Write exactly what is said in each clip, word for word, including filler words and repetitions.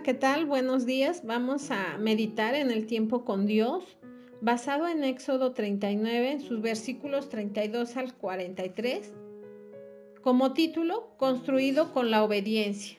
Hola, ¿qué tal? Buenos días. Vamos a meditar en el tiempo con Dios, basado en Éxodo treinta y nueve, en sus versículos treinta y dos al cuarenta y tres, como título, Construido con la obediencia.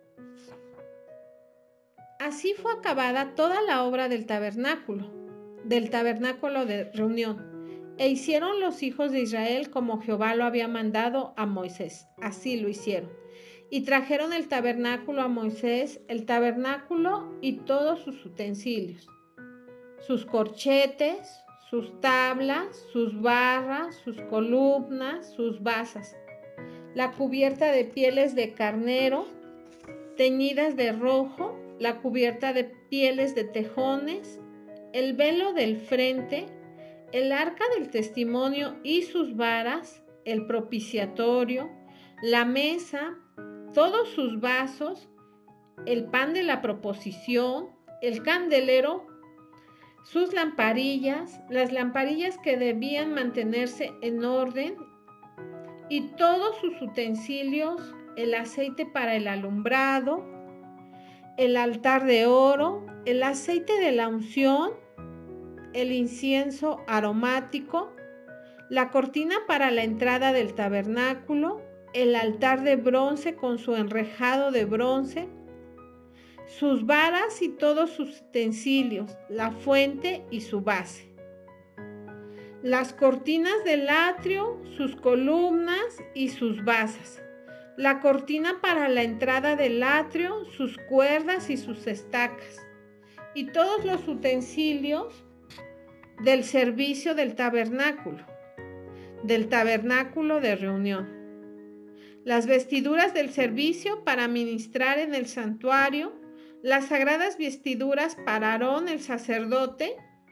Así fue acabada toda la obra del tabernáculo, del tabernáculo de reunión, e hicieron los hijos de Israel como Jehová lo había mandado a Moisés. Así lo hicieron. Y trajeron el tabernáculo a Moisés, el tabernáculo y todos sus utensilios, sus corchetes, sus tablas, sus barras, sus columnas, sus basas, la cubierta de pieles de carnero teñidas de rojo, la cubierta de pieles de tejones, el velo del frente, el arca del testimonio y sus varas, el propiciatorio, la mesa, todos sus vasos, el pan de la proposición, el candelero, sus lamparillas, las lamparillas que debían mantenerse en orden y todos sus utensilios, el aceite para el alumbrado, el altar de oro, el aceite de la unción, el incienso aromático, la cortina para la entrada del tabernáculo, el altar de bronce con su enrejado de bronce, sus varas y todos sus utensilios, la fuente y su base, las cortinas del atrio, sus columnas y sus basas, la cortina para la entrada del atrio, sus cuerdas y sus estacas, y todos los utensilios del servicio del tabernáculo, del tabernáculo de reunión, las vestiduras del servicio para ministrar en el santuario, las sagradas vestiduras para Aarón el sacerdote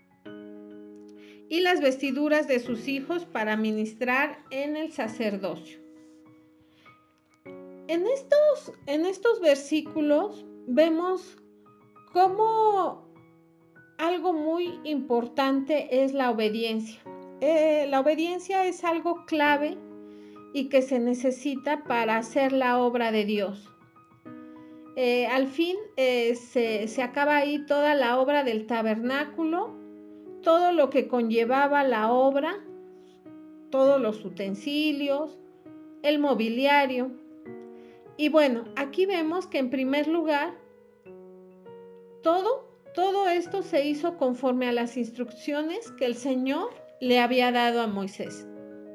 y las vestiduras de sus hijos para ministrar en el sacerdocio. En estos, en estos versículos vemos cómo algo muy importante es la obediencia. Eh, la obediencia es algo clave y que se necesita para hacer la obra de Dios. Eh, al fin eh, se, se acaba ahí toda la obra del tabernáculo, todo lo que conllevaba la obra, todos los utensilios, el mobiliario. Y bueno, aquí vemos que en primer lugar, todo, todo esto se hizo conforme a las instrucciones que el Señor le había dado a Moisés.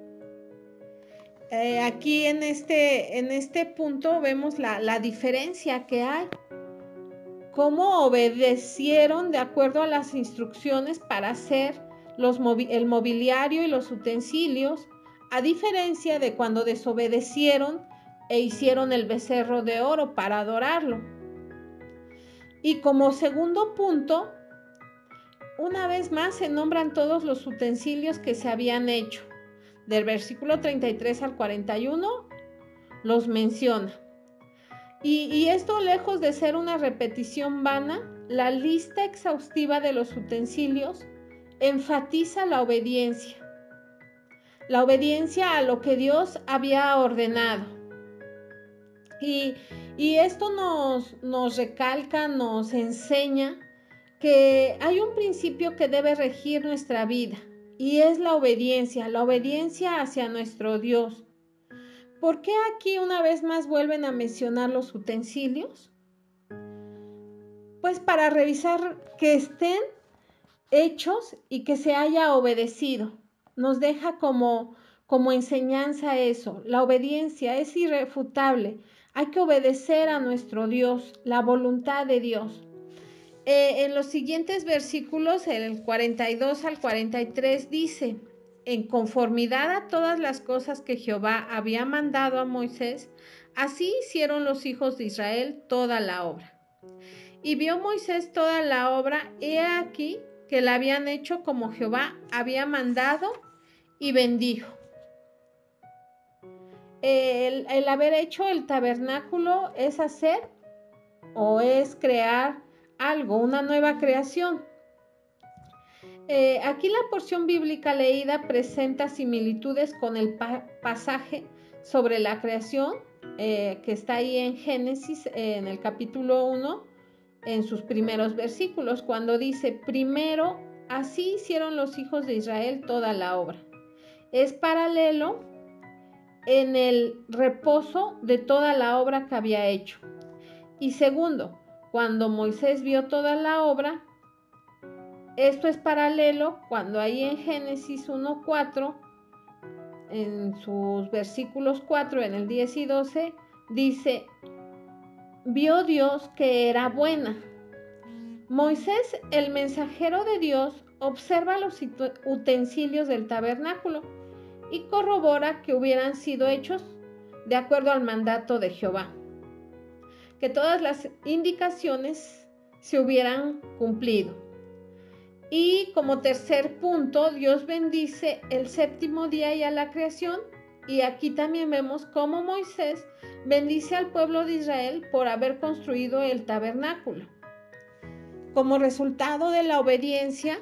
Eh, aquí en este, en este punto vemos la, la diferencia que hay. Cómo obedecieron de acuerdo a las instrucciones para hacer los movi- el mobiliario y los utensilios, a diferencia de cuando desobedecieron e hicieron el becerro de oro para adorarlo. Y como segundo punto, una vez más se nombran todos los utensilios que se habían hecho. Del versículo treinta y tres al cuarenta y uno los menciona. Y, y esto, lejos de ser una repetición vana, la lista exhaustiva de los utensilios enfatiza la obediencia. La obediencia a lo que Dios había ordenado. Y, y esto nos, nos recalca, nos enseña que hay un principio que debe regir nuestra vida. Y es la obediencia, la obediencia hacia nuestro Dios. ¿Por qué aquí una vez más vuelven a mencionar los utensilios? Pues para revisar que estén hechos y que se haya obedecido. Nos deja como, como enseñanza eso. La obediencia es irrefutable. Hay que obedecer a nuestro Dios, la voluntad de Dios. Eh, en los siguientes versículos, el cuarenta y dos al cuarenta y tres dice: en conformidad a todas las cosas que Jehová había mandado a Moisés, así hicieron los hijos de Israel toda la obra. Y vio Moisés toda la obra, he aquí que la habían hecho como Jehová había mandado, y bendijo. El, el haber hecho el tabernáculo es hacer o es crear algo, una nueva creación. Eh, aquí la porción bíblica leída presenta similitudes con el pa pasaje sobre la creación eh, que está ahí en Génesis, eh, en el capítulo uno, en sus primeros versículos, cuando dice, primero, así hicieron los hijos de Israel toda la obra. Es paralelo en el reposo de toda la obra que había hecho. Y segundo, cuando Moisés vio toda la obra, esto es paralelo cuando ahí en Génesis uno cuatro, en sus versículos cuatro, en el diez y doce, dice, vio Dios que era buena. Moisés, el mensajero de Dios, observa los utensilios del tabernáculo y corrobora que hubieran sido hechos de acuerdo al mandato de Jehová, que todas las indicaciones se hubieran cumplido. Y como tercer punto, Dios bendice el séptimo día y a la creación, y aquí también vemos cómo Moisés bendice al pueblo de Israel por haber construido el tabernáculo. Como resultado de la obediencia,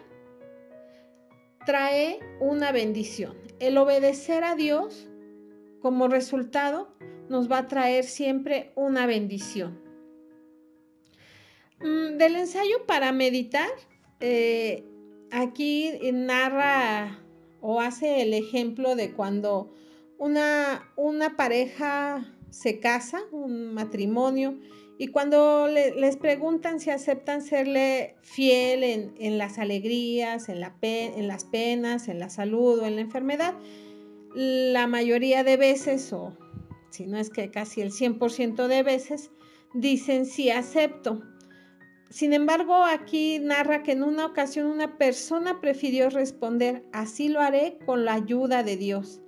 trae una bendición. El obedecer a Dios, como resultado, nos va a traer siempre una bendición. Del ensayo para meditar, eh, aquí narra o hace el ejemplo de cuando una, una pareja se casa, un matrimonio, y cuando le, les preguntan si aceptan serle fiel en, en las alegrías, en, la pe, en las penas, en la salud o en la enfermedad, la mayoría de veces, o si no es que casi el cien por ciento de veces, dicen sí acepto. Sin embargo, aquí narra que en una ocasión una persona prefirió responder, así lo haré con la ayuda de Dios.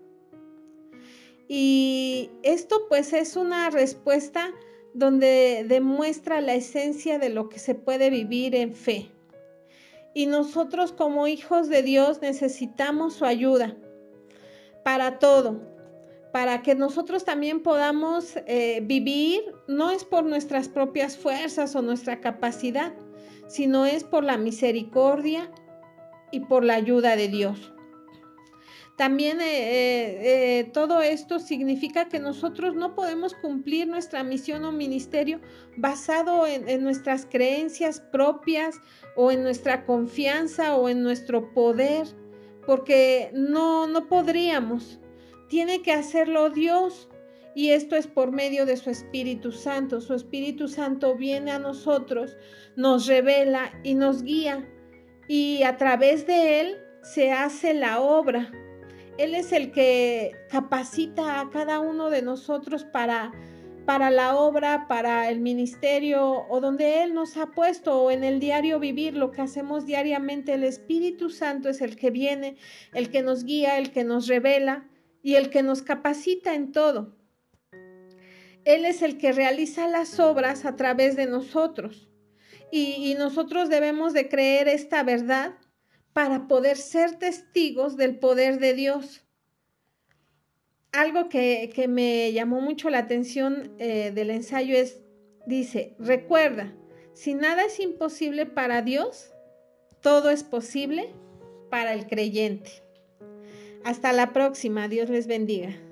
Y esto pues es una respuesta donde demuestra la esencia de lo que se puede vivir en fe. Y nosotros como hijos de Dios necesitamos su ayuda para todo, para que nosotros también podamos eh, vivir, no es por nuestras propias fuerzas o nuestra capacidad, sino es por la misericordia y por la ayuda de Dios. También eh, eh, eh, todo esto significa que nosotros no podemos cumplir nuestra misión o ministerio basado en, en nuestras creencias propias o en nuestra confianza o en nuestro poder, porque no, no podríamos. Tiene que hacerlo Dios, y esto es por medio de su Espíritu Santo. Su Espíritu Santo viene a nosotros, nos revela y nos guía, y a través de Él se hace la obra. Él es el que capacita a cada uno de nosotros para, para la obra, para el ministerio o donde Él nos ha puesto, o en el diario vivir, lo que hacemos diariamente. El Espíritu Santo es el que viene, el que nos guía, el que nos revela y el que nos capacita en todo. Él es el que realiza las obras a través de nosotros, y, y nosotros debemos de creer esta verdad para poder ser testigos del poder de Dios. Algo que, que me llamó mucho la atención eh, del ensayo es, dice, recuerda, si nada es imposible para Dios, todo es posible para el creyente. Hasta la próxima, Dios les bendiga.